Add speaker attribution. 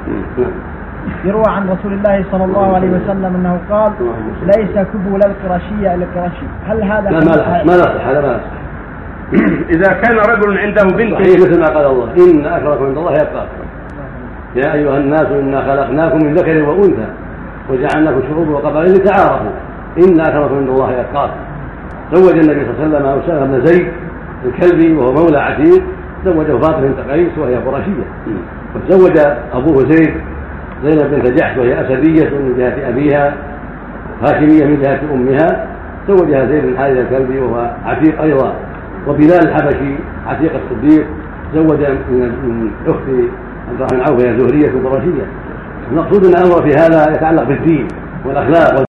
Speaker 1: يروى عن رسول الله صلى الله عليه وسلم أنه قال ليس كبول القرشية إلا القرشي. هل هذا
Speaker 2: ما نصح هذا ما نصح.
Speaker 3: إذا كان رجل عنده بنت
Speaker 2: صحيح مثل ما قال الله إن أكرمكم عند الله يتقاكم يا أيها الناس إنا خلقناكم من ذكر وأنثى وجعلناكم شعوبا وقبائل لتعارفوا إن أكرمكم عند الله يتقاكم. زوج النبي صلى الله عليه وسلم أسامة بن زيد الكلبي وهو مولى عتيق، زوجه فاطمة بنت قيس وهي قرشية، وتزوج أبوه زيد زينب بنت جحش وهي أسدية من جهة أبيها هاشمية من جهة أمها، زوجها زيد بن حارثة الكلبي وهو عتيق أيضا. وبلال الحبشي عتيق الصديق زوج من أخت عبد الرحمن عوف وهي زهرية قرشية. المقصود أن الأمر في هذا يتعلق بالدين والأخلاق